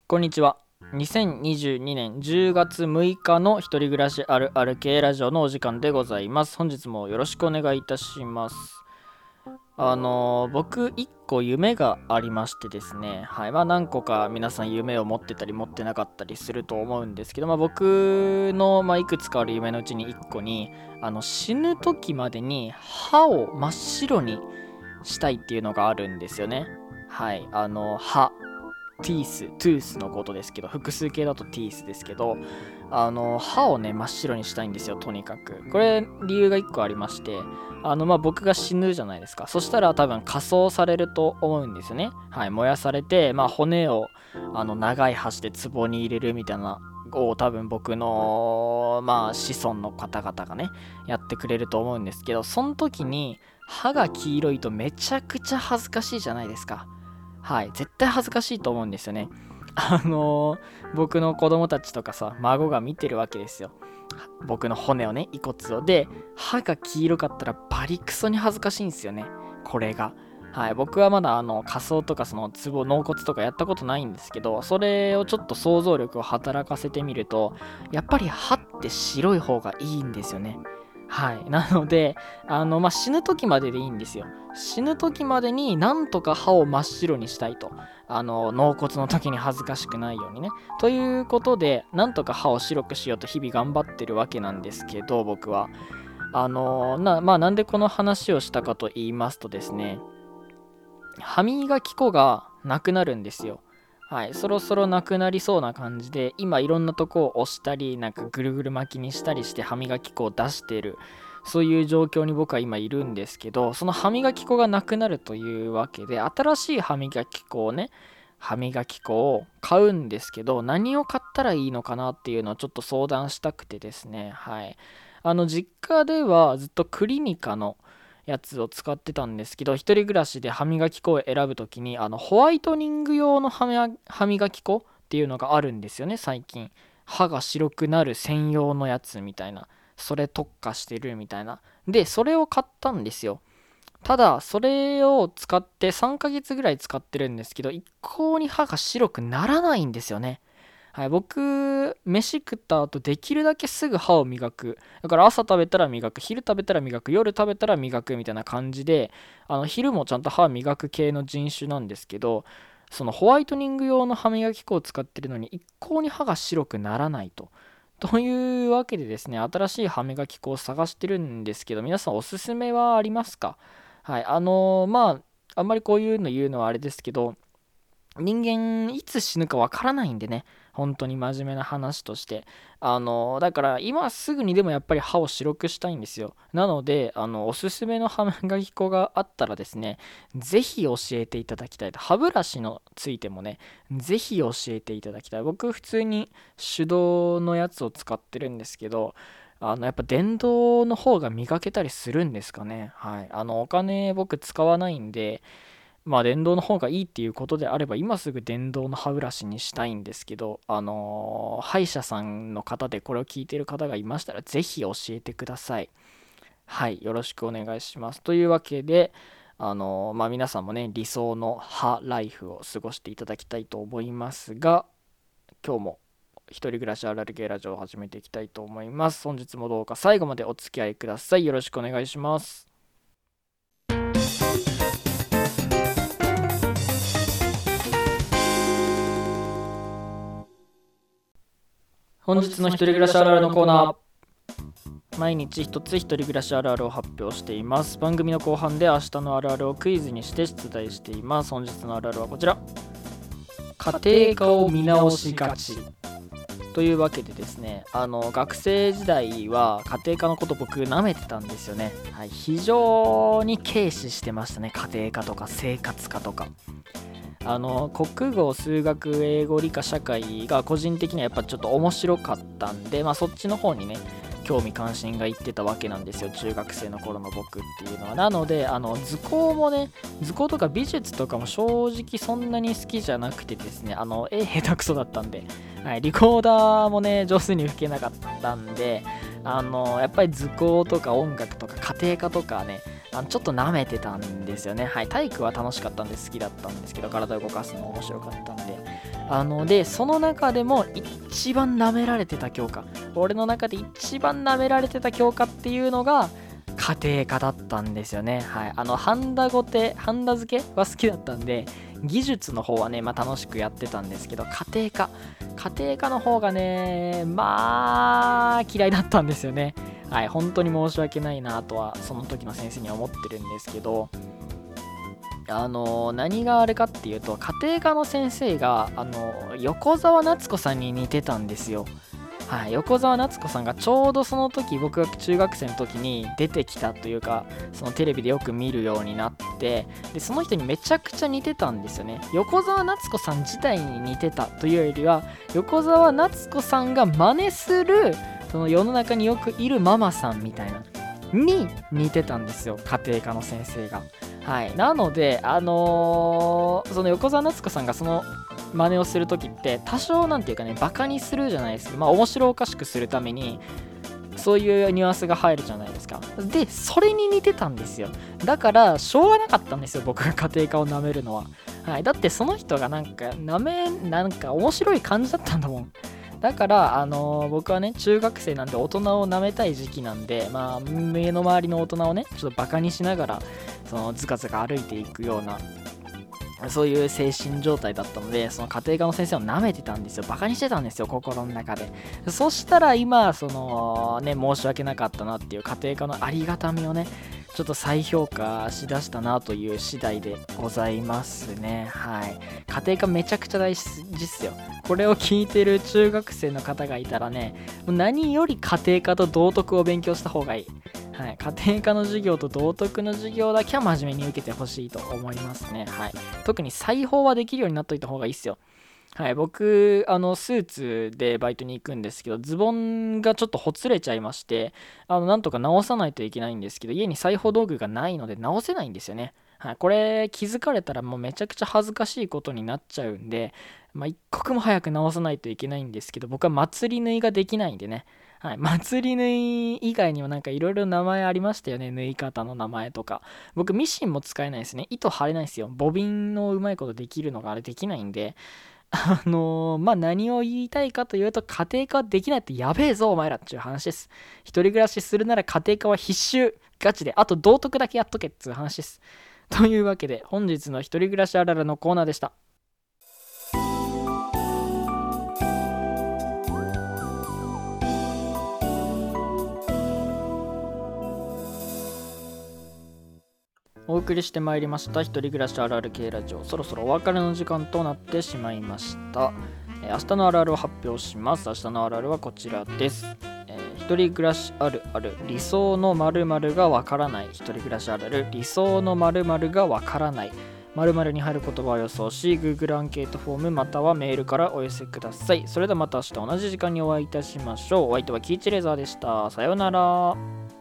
こんにちは。2022年10月6日の一人暮らしあるある系ラジオのお時間でございます。本日もよろしくお願いいたします。僕1個夢がありましてですね、何個か皆さん夢を持ってたり持ってなかったりすると思うんですけど、僕の、いくつかある夢のうちに1個に死ぬ時までに歯を真っ白にしたいっていうのがあるんですよね。歯ティースのことですけど、複数形だとティースですけど、歯をね真っ白にしたいんですよ。とにかくこれ理由が1個ありまして、僕が死ぬじゃないですか。そしたら多分火葬されると思うんですよね。燃やされて、骨を長い箸で壺に入れるみたいなを多分僕の子孫の方々がねやってくれると思うんですけど、その時に歯が黄色いとめちゃくちゃ恥ずかしいじゃないですか。絶対恥ずかしいと思うんですよね。僕の子供たちとかさ、孫が見てるわけですよ。僕の骨をね、遺骨を。で、歯が黄色かったらバリクソに恥ずかしいんですよね。これが。僕はまだ仮装とかその壺、納骨とかやったことないんですけど、それをちょっと想像力を働かせてみると、やっぱり歯って白い方がいいんですよね。なので、死ぬ時まででいいんですよ。死ぬ時までになんとか歯を真っ白にしたいと。納骨の時に恥ずかしくないようにね。ということで、なんとか歯を白くしようと日々頑張ってるわけなんですけど、僕は。なんでこの話をしたかと言いますとですね、歯磨き粉がなくなるんですよ。そろそろなくなりそうな感じで、今いろんなとこを押したり、なんかぐるぐる巻きにしたりして歯磨き粉を出してる、そういう状況に僕は今いるんですけど、その歯磨き粉がなくなるというわけで、新しい歯磨き粉を買うんですけど、何を買ったらいいのかなっていうのをちょっと相談したくてですね。実家ではずっとクリニカのやつを使ってたんですけど、一人暮らしで歯磨き粉を選ぶときにホワイトニング用の歯磨き粉っていうのがあるんですよね。最近歯が白くなる専用のやつみたいな、それ特化してるみたいなで、それを買ったんですよ。ただそれを使って3ヶ月ぐらい使ってるんですけど、一向に歯が白くならないんですよね。僕、飯食った後できるだけすぐ歯を磨く。だから朝食べたら磨く、昼食べたら磨く、夜食べたら磨くみたいな感じで、昼もちゃんと歯磨く系の人種なんですけど、そのホワイトニング用の歯磨き粉を使ってるのに一向に歯が白くならないと。というわけでですね、新しい歯磨き粉を探してるんですけど、皆さんおすすめはありますか？あんまりこういうの言うのはあれですけど、人間いつ死ぬかわからないんでね、本当に真面目な話として、だから今すぐにでもやっぱり歯を白くしたいんですよ。なのでおすすめの歯磨き粉があったらですね、ぜひ教えていただきたいと。歯ブラシのついてもね、ぜひ教えていただきたい。僕普通に手動のやつを使ってるんですけど、やっぱ電動の方が磨けたりするんですかね。お金僕使わないんで、電動の方がいいっていうことであれば今すぐ電動の歯ブラシにしたいんですけど、歯医者さんの方でこれを聞いている方がいましたらぜひ教えてください。よろしくお願いします。というわけで、皆さんもね理想の歯ライフを過ごしていただきたいと思いますが、今日も一人暮らしあるある系ラジオを始めていきたいと思います。本日もどうか最後までお付き合いください。よろしくお願いします。本日の一人暮らしあるあるのコーナー。毎日一つ一人暮らしあるあるを発表しています。番組の後半で明日のあるあるをクイズにして出題しています。本日のあるあるはこちら。家庭科を見直しがち。というわけでですね、学生時代は家庭科のこと僕舐めてたんですよね。非常に軽視してましたね。家庭科とか生活科とか。国語、数学、英語、理科、社会が個人的にはやっぱちょっと面白かったんで、そっちの方にね興味関心がいってたわけなんですよ、中学生の頃の僕っていうのは。なので図工もね、図工とか美術とかも正直そんなに好きじゃなくてですね、絵下手くそだったんで、リコーダーもね上手に吹けなかったんで、やっぱり図工とか音楽とか家庭科とかね、ちょっと舐めてたんですよね。体育は楽しかったんで好きだったんですけど、体を動かすの面白かったんで、 でその中でも一番舐められてた教科、俺の中で一番舐められてた教科っていうのが家庭科だったんですよね。はい、ハンダ付けは好きだったんで、技術の方はね、楽しくやってたんですけど、家庭科の方がね、嫌いだったんですよね。はい、本当に申し訳ないなとはその時の先生には思ってるんですけど、何があれかっていうと、家庭科の先生が横澤夏子さんに似てたんですよ。はい、横澤夏子さんがちょうどその時、僕が中学生の時に出てきたというか、そのテレビでよく見るようになって、でその人にめちゃくちゃ似てたんですよね。横澤夏子さん自体に似てたというよりは、横澤夏子さんが真似するその世の中によくいるママさんみたいなに似てたんですよ、家庭科の先生が。はい、なのでその横澤夏子さんがその真似をするときって多少なんていうかね、バカにするじゃないですか。面白おかしくするためにそういうニュアンスが入るじゃないですか。でそれに似てたんですよ。だからしょうがなかったんですよ、僕が家庭科を舐めるのは。はい、だってその人がなんか面白い感じだったんだもん。だから僕はね、中学生なんで大人を舐めたい時期なんで、目の周りの大人をね、ちょっとバカにしながらそのずかずか歩いていくような、そういう精神状態だったので、その家庭科の先生を舐めてたんですよ。バカにしてたんですよ、心の中で。そしたら今、申し訳なかったなっていう家庭科のありがたみをね、ちょっと再評価しだしたなという次第でございますね。はい。家庭科めちゃくちゃ大事っすよ。これを聞いてる中学生の方がいたらね、何より家庭科と道徳を勉強した方がいい。はい、家庭科の授業と道徳の授業だけは真面目に受けてほしいと思いますね。はい、特に裁縫はできるようになっといた方がいいっすよ。はい、僕スーツでバイトに行くんですけど、ズボンがちょっとほつれちゃいまして、なんとか直さないといけないんですけど、家に裁縫道具がないので直せないんですよね。はい、これ気づかれたらもうめちゃくちゃ恥ずかしいことになっちゃうんで、一刻も早く直さないといけないんですけど、僕は祭り縫いができないんでね。はい、祭り縫い以外にもなんかいろいろ名前ありましたよね。縫い方の名前とか。僕ミシンも使えないですね。糸張れないですよ。ボビンのうまいことできるのがあれできないんで、何を言いたいかというと、家庭科はできないってやべえぞお前らっていう話です。一人暮らしするなら家庭科は必修ガチで、あと道徳だけやっとけっていう話です。というわけで本日の一人暮らしあるあるのコーナーでした。お送りしてまいりました一人暮らしあるある系ラジオ、そろそろお別れの時間となってしまいました。明日のあるあるを発表します。明日のあるあるはこちらです。一人暮らしあるある、理想の〇〇がわからない。一人暮らしあるある、理想の〇〇がわからない。〇〇に入る言葉を予想し Google アンケートフォームまたはメールからお寄せください。それではまた明日同じ時間にお会いいたしましょう。お相手はキーチレーザーでした。さようなら。